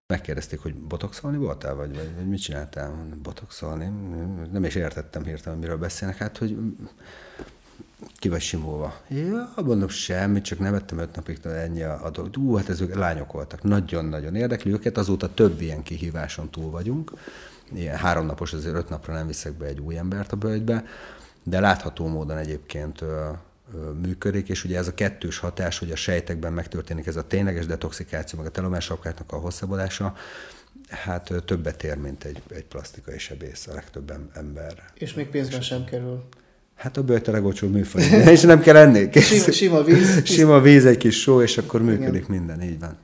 megkérdezték, hogy botoxolni voltál, vagy mit csináltál? Botoxolni? Nem is értettem hirtelen, miről beszélnek. Hát, hogy ki vagy simulva. Ja, mondom, semmit, csak nevettem 5 napig, ennyi a dolog. Hát ezek lányok voltak. Nagyon-nagyon érdekli őket, azóta több ilyen kihíváson túl vagyunk. Ilyen 3 napos, azért 5 napra nem viszek be egy új embert a bölgybe, de látható módon egyébként működik, és ugye ez a kettős hatás, hogy a sejtekben megtörténik ez a tényleges detoxikáció, meg a telomersapkáknak a hosszabbodása, hát többet ér, mint egy plastikai sebész a legtöbb ember. És még pénzben sem kerül. Hát a böjt a legolcsóbb műfaj. És nem kell enni. Sima víz. Sima víz, egy kis só, és akkor működik minden. Így van.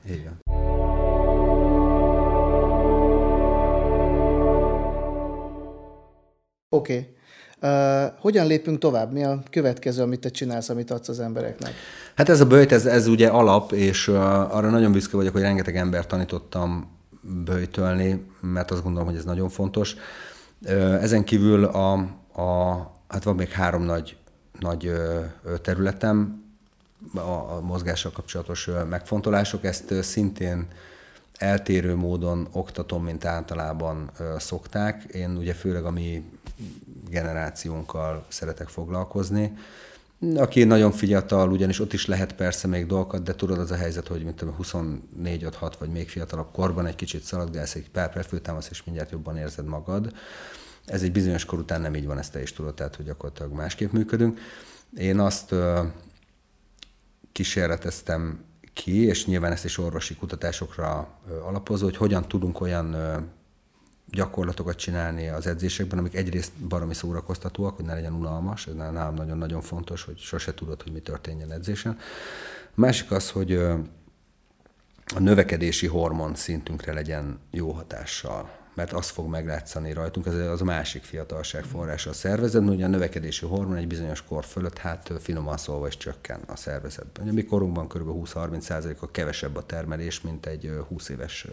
Oké. Hogyan lépünk tovább? Mi a következő, amit te csinálsz, amit adsz az embereknek? Hát ez a böjt, ez ugye alap, és arra nagyon büszke vagyok, hogy rengeteg embert tanítottam böjtölni, mert azt gondolom, hogy ez nagyon fontos. Ezen kívül hát van még 3 nagy területem, a mozgással kapcsolatos megfontolások. Ezt szintén eltérő módon oktatom, mint általában szokták. Én ugye főleg a mi generációnkkal szeretek foglalkozni. Aki nagyon fiatal, ugyanis ott is lehet persze még dolgokat, de tudod, az a helyzet, hogy mint 24-6 vagy még fiatalabb korban egy kicsit szaladgálsz, egy pár föltámasz, és mindjárt jobban érzed magad. Ez egy bizonyos kor után nem így van, ezt te is tudod, tehát hogy gyakorlatilag másképp működünk. Én azt kísérleteztem ki, és nyilván ezt is orvosi kutatásokra alapozó, hogy hogyan tudunk olyan gyakorlatokat csinálni az edzésekben, amik egyrészt baromi szórakoztatóak, hogy ne legyen unalmas, ez nálam nagyon-nagyon fontos, hogy sose tudod, hogy mi történjen edzésen. A másik az, hogy a növekedési hormon szintünkre legyen jó hatással, mert az fog meglátszani rajtunk, ez az a másik fiatalság forrása a szervezetben, ugye a növekedési hormon egy bizonyos kor fölött, hát finoman szólva is csökken a szervezetben. A mi korunkban kb. 20-30%-a kevesebb a termelés, mint egy 20 éves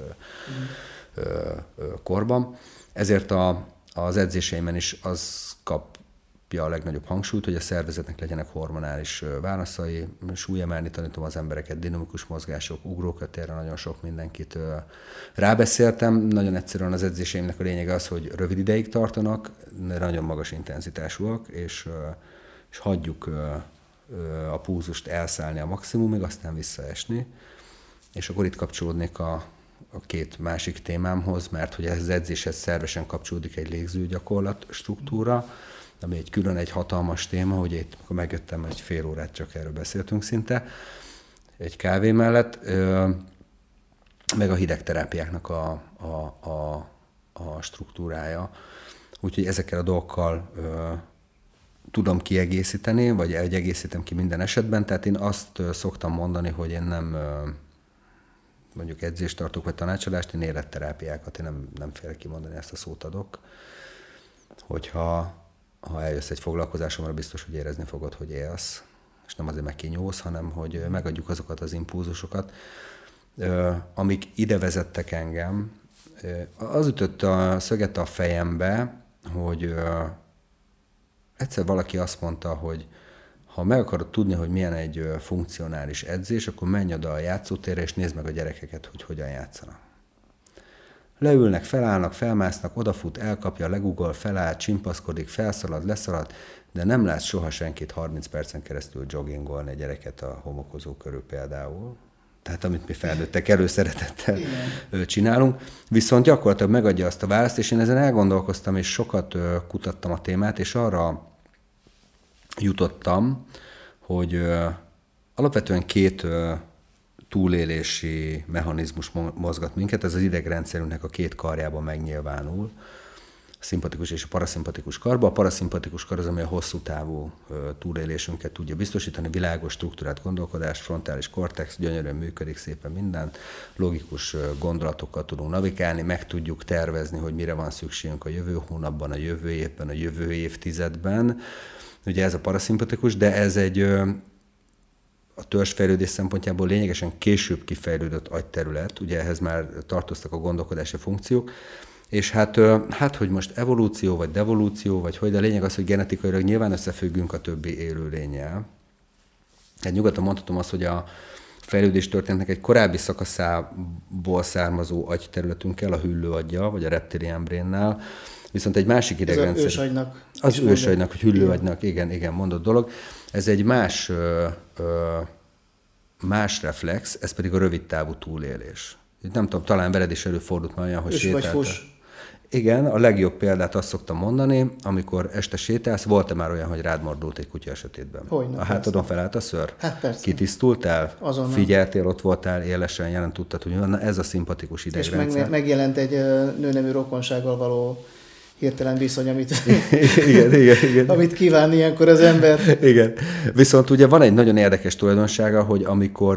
korban. Ezért az edzéseimen is az kapja a legnagyobb hangsúlyt, hogy a szervezetnek legyenek hormonális válaszai. Súlyemelni tanítom az embereket, dinamikus mozgások, ugrókötérre nagyon sok mindenkit rábeszéltem. Nagyon egyszerűen az edzéseimnek a lényege az, hogy rövid ideig tartanak, nagyon magas intenzitásúak, és hagyjuk a pulzust elszállni a maximumig, aztán visszaesni. És akkor itt kapcsolódnék a 2 másik témámhoz, mert hogy ez az edzéshez szervesen kapcsolódik egy légzőgyakorlat struktúra, ami egy hatalmas téma, hogy itt, amikor megjöttem, egy fél órát csak erről beszéltünk szinte, egy kávé mellett, meg a hidegterápiáknak a struktúrája. Úgyhogy ezekkel a dolgokkal tudom kiegészíteni, vagy egészítem ki minden esetben, tehát én azt szoktam mondani, hogy én nem mondjuk edzést tartok, vagy tanácsadást, én életterápiákat, én nem félek kimondani, ezt a szót adok, hogyha eljössz egy foglalkozásomra, biztos, hogy érezni fogod, hogy élsz, és nem azért meg kinyúlsz, hanem hogy megadjuk azokat az impulzusokat, amik ide vezettek engem. Az ütött a szöget a fejembe, hogy egyszer valaki azt mondta, hogy ha meg akarod tudni, hogy milyen egy funkcionális edzés, akkor menj oda a játszótérre, és nézd meg a gyerekeket, hogy hogyan játszanak. Leülnek, felállnak, felmásznak, odafut, elkapja, legugol, feláll, csimpaszkodik, felszalad, leszalad, de nem látsz soha senkit 30 percen keresztül joggingolni egy gyereket a homokozó körül például. Tehát amit mi felnőttek előszeretettel csinálunk. Viszont gyakorlatilag megadja azt a választ, és én ezen elgondolkoztam, és sokat kutattam a témát, és arra jutottam, hogy alapvetően 2 túlélési mechanizmus mozgat minket, ez az idegrendszerünknek a 2 karjában megnyilvánul, a szimpatikus és a paraszimpatikus karba. A paraszimpatikus kar az, ami a hosszú távú túlélésünket tudja biztosítani, világos struktúrát, gondolkodás, frontális kortex, gyönyörűen működik szépen minden, logikus gondolatokkal tudunk navigálni, meg tudjuk tervezni, hogy mire van szükségünk a jövő hónapban, a jövő évben, a jövő évtizedben. Ugye ez a paraszimpatikus, de ez egy a törzsfejlődés szempontjából lényegesen később kifejlődött agyterület, ugye ehhez már tartoztak a gondolkodási funkciók, és hát, hogy most evolúció, vagy devolúció, vagy hogy, de a lényeg az, hogy genetikailag nyilván összefüggünk a többi élőlénnyel. Hát nyugodtan mondhatom azt, hogy fejlődés történetnek egy korábbi szakaszából származó agyterületünkkel, a hüllőaggyal, vagy a reptilian brainnál, viszont egy másik idegrendszer. Az ősagynak. Az ősagynak, hogy hüllőagynak, igen, mondott dolog. Ez egy más reflex, ez pedig a rövidtávú túlélés. Nem tudom, talán veled is előfordult már olyan, hogy sétáltál. Igen, a legjobb példát azt szoktam mondani, amikor este sétálsz, volt-e már olyan, hogy rád mordult egy kutya esetében? Hogyne, a hátadon felállt a szőr? Hát persze. Kitisztultál? Azonnal. Figyeltél, ott voltál, élesen jelen tudtad, hogy na, ez a szimpatikus idegrendszer. És megjelent egy nőnemű rokonsággal való hirtelen viszony, igen. amit kíván ilyenkor az ember. Igen. Viszont ugye van egy nagyon érdekes tulajdonsága, hogy amikor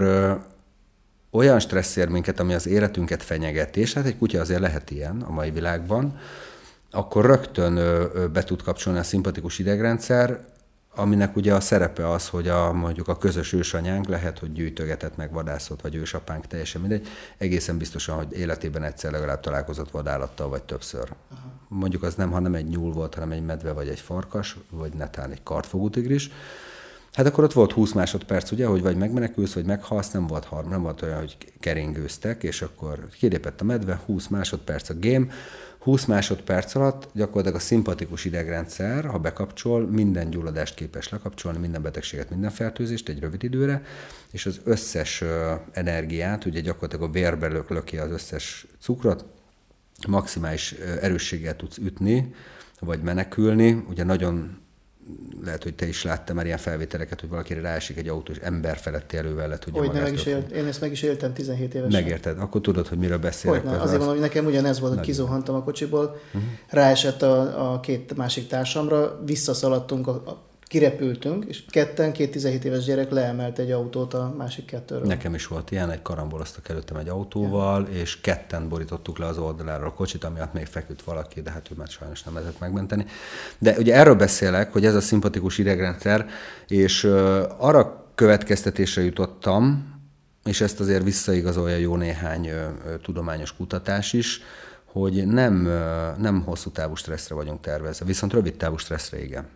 olyan stressz ér minket, ami az életünket fenyegeti, és hát egy kutya azért lehet ilyen a mai világban, akkor rögtön be tud kapcsolni a szimpatikus idegrendszer, aminek ugye a szerepe az, hogy mondjuk a közös ősanyánk lehet, hogy gyűjtögetett meg vadászott, vagy ősapánk, teljesen mindegy, egészen biztosan, hogy életében egyszer legalább találkozott vadállattal, vagy többször. Aha. Mondjuk az nem, ha nem egy nyúl volt, hanem egy medve, vagy egy farkas, vagy netán egy kartfogú tigris. Hát akkor ott volt 20 másodperc, ugye, hogy vagy megmenekülsz, vagy meghalsz, nem volt olyan, hogy keringőztek, és akkor kilépett a medve, 20 másodperc a game, 20 másodperc alatt gyakorlatilag a szimpatikus idegrendszer, ha bekapcsol, minden gyulladást képes lekapcsolni, minden betegséget, minden fertőzést egy rövid időre, és az összes energiát, ugye gyakorlatilag a vérbe löki az összes cukrot, maximális erősséggel tudsz ütni, vagy menekülni, ugye nagyon lehet, hogy te is láttál már ilyen felvételeket, hogy valakire ráesik egy autó, és ember feletti erővel le tudja magát. Én ezt meg is éltem 17 évesen. Megérted? Akkor tudod, hogy miről beszélek. Azért mondom, hogy nekem ugyanez volt, hogy kizuhantam a kocsiból, ráesett a két másik társamra, visszaszaladtunk, kirepültünk, és két 17 éves gyerek leemelt egy autót a másik kettőről. Nekem is volt ilyen, egy karamboloztak előttem egy autóval, és ketten borítottuk le az oldalára a kocsit, amiatt még feküdt valaki, de hát ő már sajnos nem lehetett megmenteni. De ugye erről beszélek, hogy ez a szimpatikus idegrendszer, és arra következtetésre jutottam, és ezt azért visszaigazolja jó néhány tudományos kutatás is, hogy nem hosszú távú stresszre vagyunk tervezve, viszont rövid távú stresszre igen.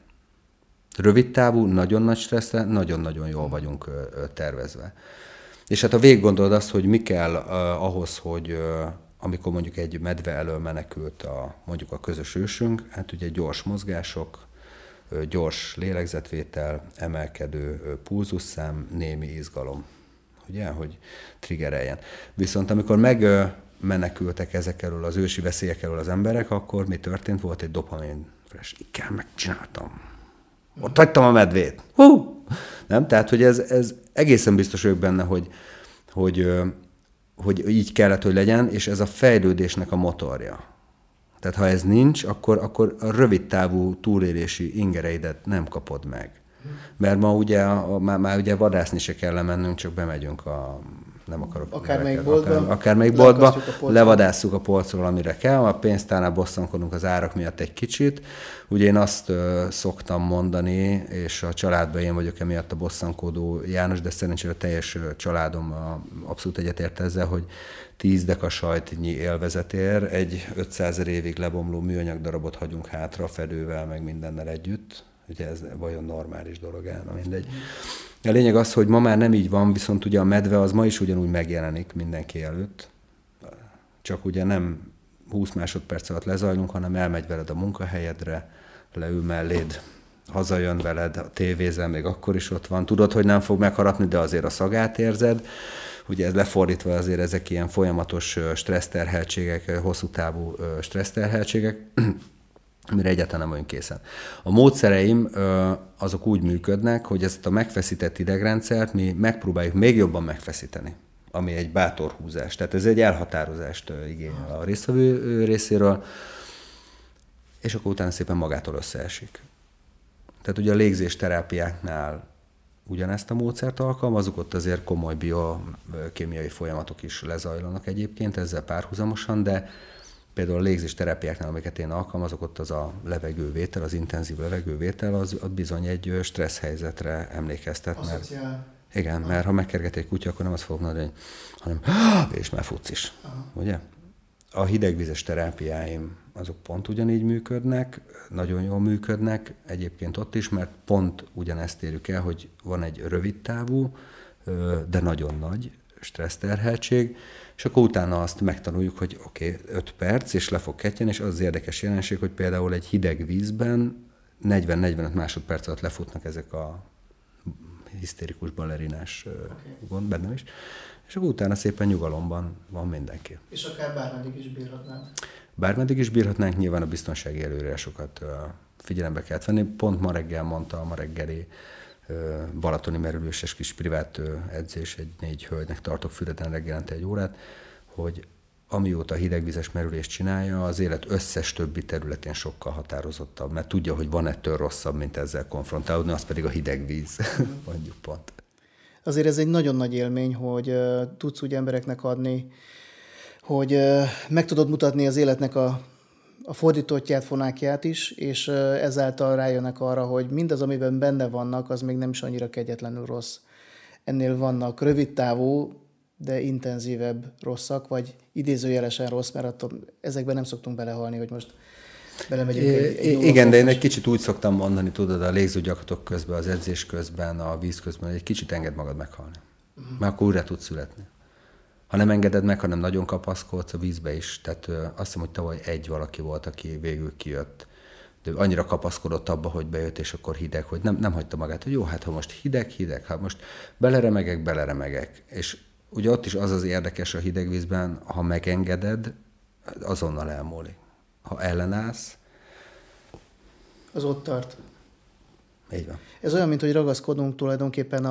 Rövid távú, nagyon nagy stresszre, nagyon-nagyon jól vagyunk tervezve. És hát ha végig gondolod azt, hogy mi kell ahhoz, hogy amikor mondjuk egy medve elől menekült mondjuk a közös ősünk, hát ugye gyors mozgások, gyors lélegzetvétel, emelkedő pulzusszám, némi izgalom, ugye, hogy triggereljen. Viszont amikor megmenekültek ezek elől, az ősi veszélyek elől az emberek, akkor mi történt? Volt egy dopamin flash. Igen, megcsináltam. Ott hagytam a medvét. Nem? Tehát, hogy ez egészen biztos vagyok benne, hogy így kellett, hogy legyen, és ez a fejlődésnek a motorja. Tehát, ha ez nincs, akkor a rövid távú túlélési ingereidet nem kapod meg. Mert ma ugye, már ugye vadászni se kell mennünk, csak bemegyünk nem akarok. Akármelyik boltba, levadásszuk a polcról, amire kell, a pénztárnál bosszankodunk az árak miatt egy kicsit. Ugye én azt szoktam mondani, és a családban én vagyok emiatt a bosszankodó János, de szerencsére a teljes családom abszolút egyetért ezzel, hogy 10 deka sajtnyi élvezetért egy 500 évig lebomló műanyag darabot hagyunk hátra fedővel, meg mindennel együtt. Ugye ez vajon normális dolog el, na mindegy. A lényeg az, hogy ma már nem így van, viszont ugye a medve az ma is ugyanúgy megjelenik mindenki előtt. Csak ugye nem 20 másodperc alatt lezajlunk, hanem elmegy veled a munkahelyedre, leül melléd, hazajön veled, tévézel, még akkor is ott van. Tudod, hogy nem fog megharapni, de azért a szagát érzed. Ugye ez lefordítva azért ezek ilyen folyamatos stresszterheltségek, hosszú távú stresszterheltségek, amire egyáltalán nem vagyunk készen. A módszereim azok úgy működnek, hogy ezt a megfeszített idegrendszert mi megpróbáljuk még jobban megfeszíteni, ami egy bátor húzás. Tehát ez egy elhatározást igényel a résztvevő részéről, és akkor utána szépen magától összeesik. Tehát ugye a légzésterápiáknál ugyanezt a módszert alkalmazunk, ott azért komoly biokémiai folyamatok is lezajlanak egyébként ezzel párhuzamosan, de például a légzésterápiáknál, amiket én alkalmazok, ott az a levegővétel, az intenzív levegővétel, az bizony egy stressz helyzetre emlékeztet. Mert ha megkerget egy kutya, akkor nem azt fogok mondani, hanem és már futsz is. Ugye? A hidegvizes terápiáim azok pont ugyanígy működnek, nagyon jól működnek, egyébként ott is, mert pont ugyanezt érjük el, hogy van egy rövid távú de nagyon nagy stresszterheltség, és akkor utána azt megtanuljuk, hogy oké, 5 perc, és le fog ketteni, és az érdekes jelenség, hogy például egy hideg vízben 40-45 másodperc alatt lefutnak ezek a hisztérikus balerinás gond bennem is, és akkor utána szépen nyugalomban van mindenki. És akár bármeddig is bírhatnánk. Bármeddig is bírhatnánk, nyilván a biztonsági előírásokat figyelembe kellett venni. Pont ma reggel mondta a ma reggeli balatoni merülőses kis privát edzés, egy 4 hölgynek tartok Füreden reggelente 1 órát, hogy amióta hidegvizes merülést csinálja, az élet összes többi területén sokkal határozottabb, mert tudja, hogy van ettől rosszabb, mint ezzel konfrontálódni, az pedig a hideg víz, mondjuk pont. Azért ez egy nagyon nagy élmény, hogy tudsz úgy embereknek adni, hogy meg tudod mutatni az életnek a fordítottját, fonákját is, és ezáltal rájönnek arra, hogy mindaz, amiben benne vannak, az még nem is annyira kegyetlenül rossz. Ennél vannak rövidtávú, de intenzívebb rosszak, vagy idézőjelesen rossz, mert attól ezekben nem szoktunk belehalni, hogy most belemegyünk Igen, de én egy kicsit úgy szoktam mondani, tudod, a légzőgyakatok közben, az edzés közben, a víz közben, hogy egy kicsit engedd magad meghalni. Mert akkor újra tudsz születni. Ha nem engeded meg, hanem nagyon kapaszkodsz a vízbe is. Tehát azt hiszem, hogy tavaly valaki volt, aki végül kijött. De annyira kapaszkodott abba, hogy bejött, és akkor hideg, hogy nem hagyta magát, hogy jó, hát ha most hideg, ha most beleremegek. És ugye ott is az érdekes a hideg vízben, ha megengeded, azonnal elmúlik. Ha ellenállsz, az ott tart. Így van. Ez olyan, mint hogy ragaszkodunk tulajdonképpen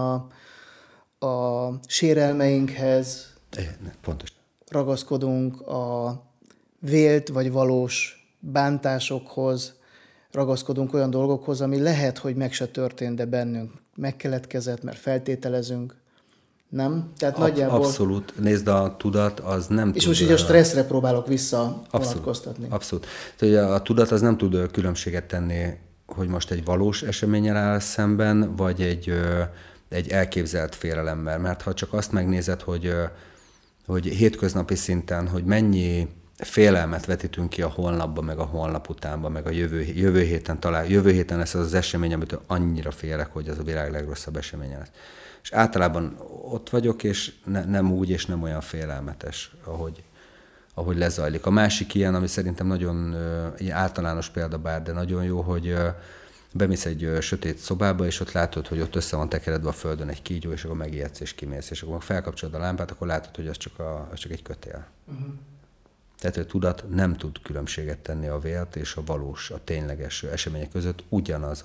a sérelmeinkhez, pontos. Ragaszkodunk a vélt vagy valós bántásokhoz, ragaszkodunk olyan dolgokhoz, ami lehet, hogy meg se történt, de bennünk megkeletkezett, mert feltételezünk. Nem? Tehát nagyjából... Abszolút. Nézd, a tudat az nem és most így a stresszre próbálok visszavonatkoztatni. Abszolút. Tehát a tudat az nem tud különbséget tenni, hogy most egy valós eseményen áll szemben, vagy egy elképzelt félelemmel. Mert ha csak azt megnézed, hogy hétköznapi szinten, hogy mennyi félelmet vetítünk ki a holnapba, meg a holnap utánba, meg a jövő héten lesz az az esemény, amit annyira félek, hogy az a világ legrosszabb eseménye lesz. És általában ott vagyok, és nem úgy, és nem olyan félelmetes, ahogy lezajlik. A másik ilyen, ami szerintem nagyon általános példa bár, de nagyon jó, hogy bemész egy sötét szobába, és ott látod, hogy ott össze van tekeredve a földön egy kígyó, és akkor megijedsz és kimész, és akkor felkapcsolod a lámpát, akkor látod, hogy az csak egy kötél. Uh-huh. Tehát a tudat nem tud különbséget tenni a vélt és a valós, a tényleges események között, ugyanaz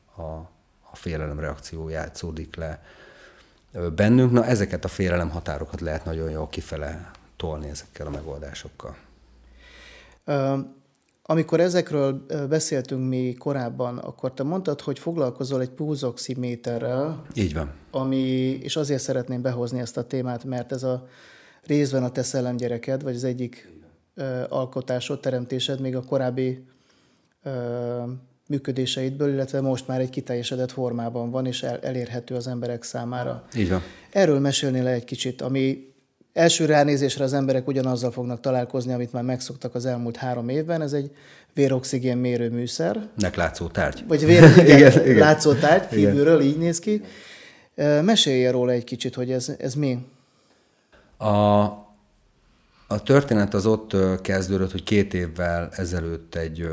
a félelem reakció játszódik le bennünk. Na, ezeket a félelem határokat lehet nagyon jól kifele tolni ezekkel a megoldásokkal. Amikor ezekről beszéltünk mi korábban, akkor te mondtad, hogy foglalkozol egy pulzoximéterrel. Így van. És azért szeretném behozni ezt a témát, mert ez a részben a te szellemgyereked, vagy az egyik alkotásod, teremtésed még a korábbi működéseidből, illetve most már egy kiteljesedett formában van, és elérhető az emberek számára. Így van. Erről mesélnél le egy kicsit, ami első ránézésre az emberek ugyanazzal fognak találkozni, amit már megszoktak az elmúlt 3 évben. Ez egy véroxigén mérő műszer. Nek látszó tárgy. Vagy igen, látszó tárgy, kívülről így néz ki. Mesélj róla egy kicsit, hogy ez mi? A történet az ott kezdődött, hogy 2 évvel ezelőtt egy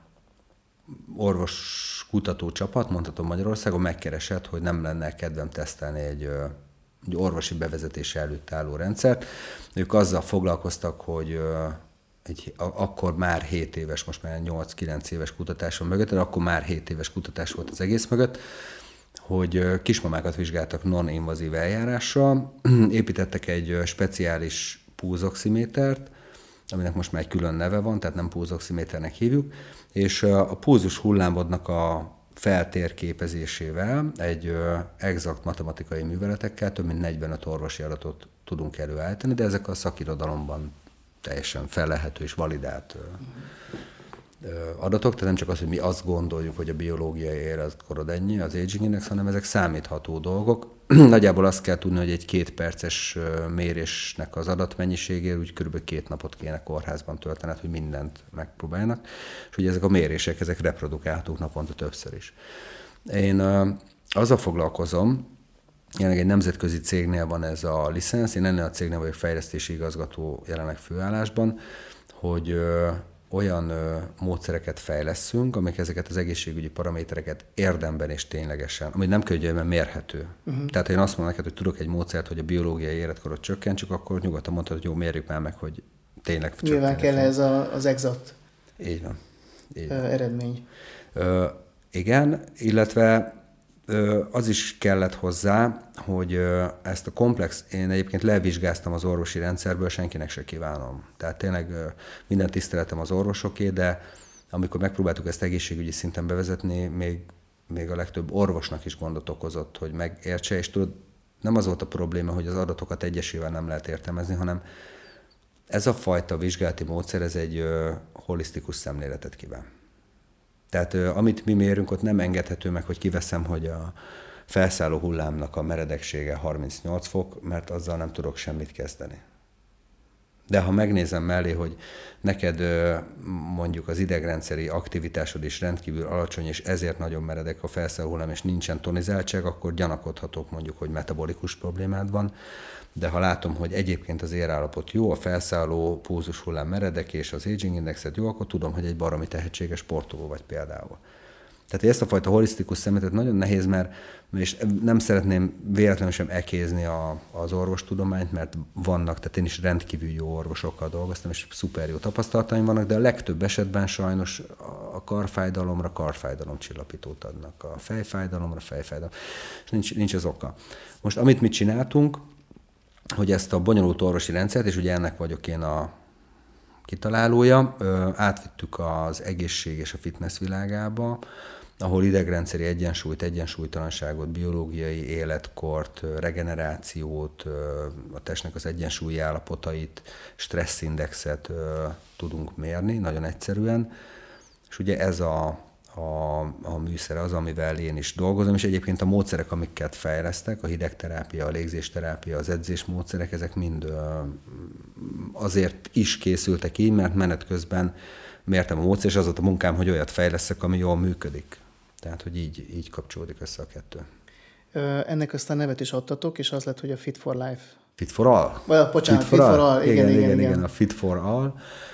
orvos kutató csapat, mondhatom Magyarországon, megkeresett, hogy nem lenne kedvem tesztelni egy orvosi bevezetése előtt álló rendszert. Ők azzal foglalkoztak, hogy akkor már 7 éves, most már 8-9 éves kutatáson mögött, de akkor már 7 éves kutatás volt az egész mögött, hogy kismamákat vizsgáltak non-invazív eljárással, építettek egy speciális pulzoximétert, aminek most már egy külön neve van, tehát nem pulzoximéternek hívjuk, és a pulzus hullámodnak a feltérképezésével, egy exakt matematikai műveletekkel több mint 45 orvosi adatot tudunk előállítani, de ezek a szakirodalomban teljesen felelhető és validált adatok, tehát nem csak az, hogy mi azt gondoljuk, hogy a biológiai életkorod ennyi, az aging index, hanem ezek számítható dolgok. Nagyjából azt kell tudni, hogy egy 2 perces mérésnek az adatmennyiségéért úgy kb. 2 napot kéne kórházban töltened, hogy mindent megpróbáljanak, és ugye ezek a mérések, ezek reprodukálhatók naponta többször is. Én azzal foglalkozom, jelenleg egy nemzetközi cégnél van ez a licensz, én ennél a cégnél vagyok fejlesztési igazgató jelenleg főállásban, hogy olyan módszereket fejleszünk, amik ezeket az egészségügyi paramétereket érdemben és ténylegesen, ami nem könnyűen mérhető. Tehát ha én azt mondom neked, hogy tudok egy módszert, hogy a biológiai életkorot csökkentsük, akkor nyugodtan mondhatod, hogy jó, mérjük már meg, hogy tényleg nyilván kell ez az exakt így van. Eredmény. Igen, illetve az is kellett hozzá, hogy ezt a komplex, én egyébként levizsgáztam az orvosi rendszerből, senkinek se kívánom. Tehát tényleg minden tiszteletem az orvosoké, de amikor megpróbáltuk ezt egészségügyi szinten bevezetni, még a legtöbb orvosnak is gondot okozott, hogy megértse, és tudod, nem az volt a probléma, hogy az adatokat egyesével nem lehet értelmezni, hanem ez a fajta vizsgálati módszer, ez egy holisztikus szemléletet kíván. Tehát amit mi mérünk, ott nem engedhető meg, hogy kiveszem, hogy a felszálló hullámnak a meredeksége 38 fok, mert azzal nem tudok semmit kezdeni. De ha megnézem mellé, hogy neked mondjuk az idegrendszeri aktivitásod is rendkívül alacsony, és ezért nagyon meredek a felszálló hullám, és nincsen tonizáltság, akkor gyanakodhatok mondjuk, hogy metabolikus problémád van. De ha látom, hogy egyébként az érállapot jó, a felszálló pulzus hullám meredek, és az aging indexet jó, akkor tudom, hogy egy baromi tehetséges sportoló vagy például. Tehát ezt a fajta holisztikus szemléletet nagyon nehéz, mert és nem szeretném véletlenül sem ekézni az orvostudományt, mert vannak, tehát én is rendkívül jó orvosokkal dolgoztam, és szuper jó tapasztalataim vannak, de a legtöbb esetben sajnos a karfájdalomra karfájdalomcsillapítót adnak, a fejfájdalomra fejfájdalom, és nincs az oka. Most amit mi csináltunk, hogy ezt a bonyolult orvosi rendszert, és ugye ennek vagyok én a kitalálója, átvittük az egészség és a fitness világába, ahol idegrendszeri egyensúlyt, egyensúlytalanságot, biológiai életkort, regenerációt, a testnek az egyensúlyi állapotait, stresszindexet tudunk mérni, nagyon egyszerűen. És ugye ez a műszer az, amivel én is dolgozom, és egyébként a módszerek, amiket fejlesztek, a hidegterápia, a légzésterápia, az edzésmódszerek, ezek mind azért is készültek így, mert menet közben mértem a módszer, és az volt a munkám, hogy olyat fejleszek, ami jól működik. Tehát, hogy így kapcsolódik össze a kettő. Ennek aztán nevet is adtatok, és az lett, hogy a Fit for Life. Fit for All? Bocsánat, Fit for All. Igen, a Fit for All.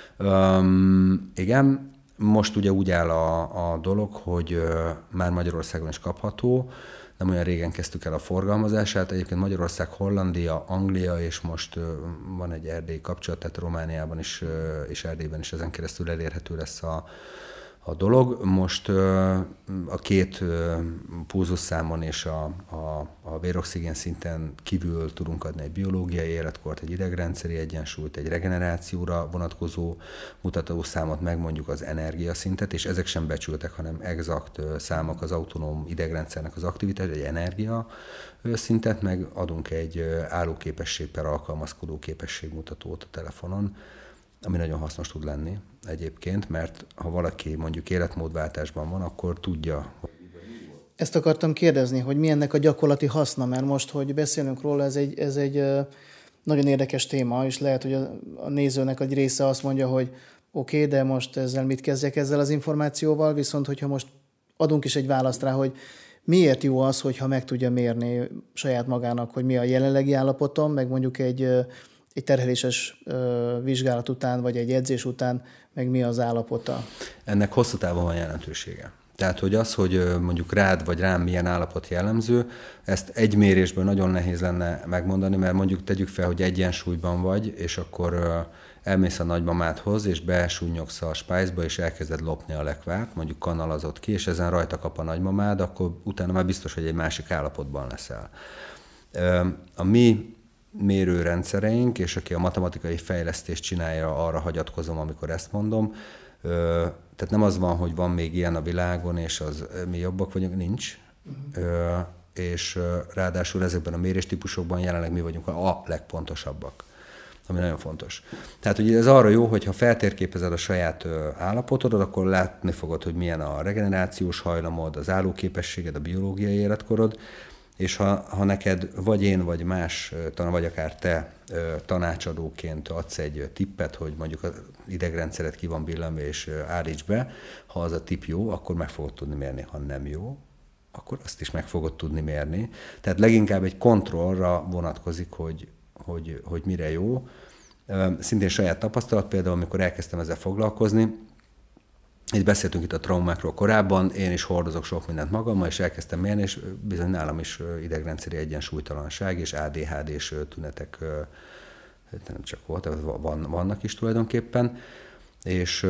Igen, most ugye úgy áll a dolog, hogy már Magyarországon is kapható, nem olyan régen kezdtük el a forgalmazását, egyébként Magyarország, Hollandia, Anglia, és most van egy erdélyi kapcsolat, tehát Romániában is, és Erdélyben is ezen keresztül elérhető lesz a dolog. Most a két pulzusszámon és a véroxigén szinten kívül tudunk adni egy biológiai életkort, egy idegrendszeri egyensúlyt, egy regenerációra vonatkozó mutatószámot, meg mondjuk az energiaszintet, és ezek sem becsültek, hanem exakt számok az autonóm idegrendszernek az aktivitás, egy energia szintet, meg adunk egy állóképesség per alkalmazkodó képességmutatót a telefonon, ami nagyon hasznos tud lenni egyébként, mert ha valaki mondjuk életmódváltásban van, akkor tudja. Ezt akartam kérdezni, hogy mi ennek a gyakorlati haszna, mert most, hogy beszélünk róla, ez egy nagyon érdekes téma, és lehet, hogy a nézőnek egy része azt mondja, hogy oké, de most ezzel mit kezdjek ezzel az információval, viszont hogyha most adunk is egy választ rá, hogy miért jó az, hogyha meg tudja mérni saját magának, hogy mi a jelenlegi állapotom, meg mondjuk egy terheléses vizsgálat után, vagy egy edzés után, meg mi az állapota? Ennek hosszú távon van jelentősége. Tehát, hogy az, hogy mondjuk rád vagy rám milyen állapot jellemző, ezt egy mérésből nagyon nehéz lenne megmondani, mert mondjuk tegyük fel, hogy egyensúlyban vagy, és akkor elmész a nagymamádhoz, és besúnyogsz a spájzba, és elkezded lopni a lekvárt, mondjuk kanalazott ki, és ezen rajta kap a nagymamád, akkor utána már biztos, hogy egy másik állapotban leszel. A mi mérőrendszereink, és aki a matematikai fejlesztést csinálja, arra hagyatkozom, amikor ezt mondom. Tehát nem az van, hogy van még ilyen a világon, és mi jobbak vagyunk, nincs. És ráadásul ezekben a méréstípusokban jelenleg mi vagyunk a legpontosabbak, ami nagyon fontos. Tehát ugye ez arra jó, hogy ha feltérképezed a saját állapotodat, akkor látni fogod, hogy milyen a regenerációs hajlamod, az állóképességed, a biológiai életkorod, és ha neked vagy én, vagy más, vagy akár te tanácsadóként adsz egy tippet, hogy mondjuk az idegrendszeret ki van billenve, és állíts be, ha az a tipp jó, akkor meg fogod tudni mérni. Ha nem jó, akkor azt is meg fogod tudni mérni. Tehát leginkább egy kontrollra vonatkozik, hogy mire jó. Szintén saját tapasztalat, például amikor elkezdtem ezzel foglalkozni, itt beszéltünk itt a traumákról korábban, én is hordozok sok mindent magammal, és elkezdtem mérni, és bizony nálam is idegrendszeri egyensúlytalanság és ADHD-s tünetek nem csak volt, vannak is tulajdonképpen, és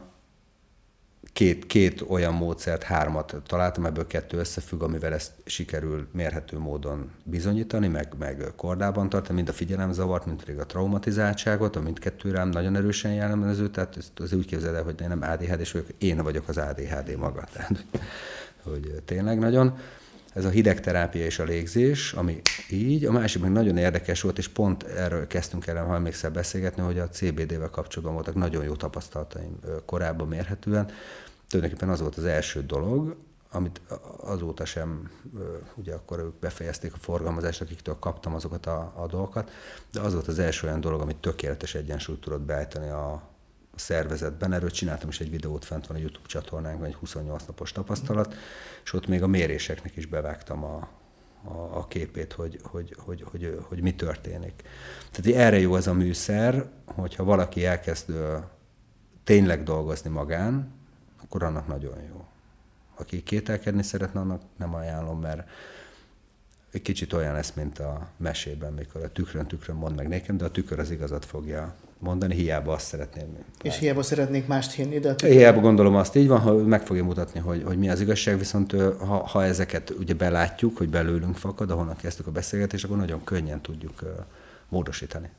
két olyan módszert, 3 találtam, ebből 2 összefügg, amivel ezt sikerül mérhető módon bizonyítani, meg kordában tartani, mind a figyelemzavart, mind pedig a traumatizáltságot, a mindkettő rám nagyon erősen jellemző, tehát ezt úgy képzeld el, hogy én nem ADHD-s vagyok, én vagyok az ADHD maga, tehát hogy tényleg nagyon. Ez a hidegterápia és a légzés, ami így, a másik meg nagyon érdekes volt, és pont erről kezdtünk el, ha emlékszel beszélgetni, hogy a CBD-vel kapcsolatban voltak nagyon jó tapasztalataim korábban mérhetően. Tulajdonképpen az volt az első dolog, amit azóta sem, ugye akkor ők befejezték a forgalmazást, akiktől kaptam azokat a dolgokat, de az volt az első olyan dolog, amit tökéletes egyensúlyt tudott beállítani a szervezetben. Erről csináltam is egy videót, fent van a YouTube csatornánkon, egy 28 napos tapasztalat, és ott még a méréseknek is bevágtam a képét, hogy mi történik. Tehát erre jó ez a műszer, hogyha valaki elkezd tényleg dolgozni magán, akkor annak nagyon jó. Aki kételkedni szeretne, annak nem ajánlom, mert egy kicsit olyan lesz, mint a mesében, mikor a tükrön mond meg nekem, de a tükör az igazat fogja mondani, hiába azt szeretném. És hiába szeretnék mást hinni, de... Hiába gondolom azt, így van, ha meg fogja mutatni, hogy mi az igazság, viszont ha ezeket ugye belátjuk, hogy belőlünk fakad, ahonnan kezdtük a beszélgetést, akkor nagyon könnyen tudjuk módosítani.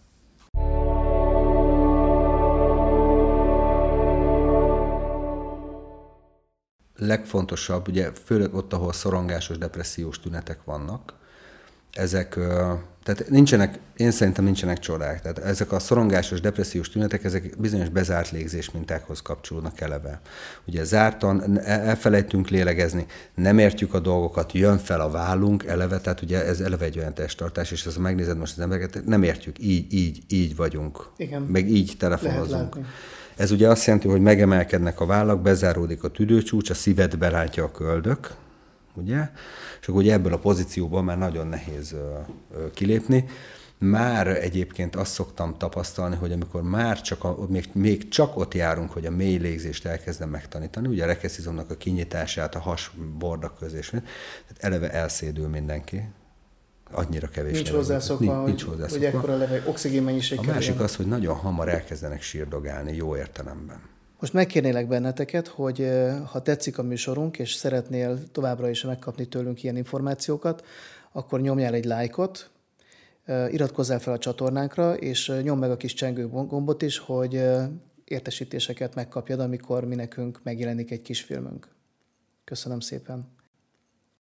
Legfontosabb, ugye főleg ott, ahol szorongásos, depressziós tünetek vannak, ezek, tehát én szerintem nincsenek csodák. Tehát ezek a szorongásos, depressziós tünetek, ezek bizonyos bezárt légzés mintákhoz kapcsolódnak eleve. Ugye zártan, elfelejtünk lélegezni, nem értjük a dolgokat, jön fel a vállunk eleve, tehát ugye ez eleve egy olyan testtartás, és ha megnézed most az embereket, nem értjük, így vagyunk. Igen. Meg így telefonozunk. Ez ugye azt jelenti, hogy megemelkednek a vállak, bezáródik a tüdőcsúcs, a szíved belátja a köldök, ugye? És akkor ugye ebből a pozícióban már nagyon nehéz kilépni. Már egyébként azt szoktam tapasztalni, hogy amikor már még csak ott járunk, hogy a mély légzést elkezdem megtanítani, ugye a rekeszizomnak a kinyitását, a has-bordak közé, tehát eleve elszédül mindenki. Annyira kevés. Nincs hozzászokva, hogy ekkora oxigénmennyiség. A másik az, hogy nagyon hamar elkezdenek sírdogálni, jó értelemben. Most megkérnélek benneteket, hogy ha tetszik a műsorunk, és szeretnél továbbra is megkapni tőlünk ilyen információkat, akkor nyomjál egy lájkot, iratkozzál fel a csatornánkra, és nyomd meg a kis csengő gombot is, hogy értesítéseket megkapjad, amikor mi nekünk megjelenik egy kis filmünk. Köszönöm szépen!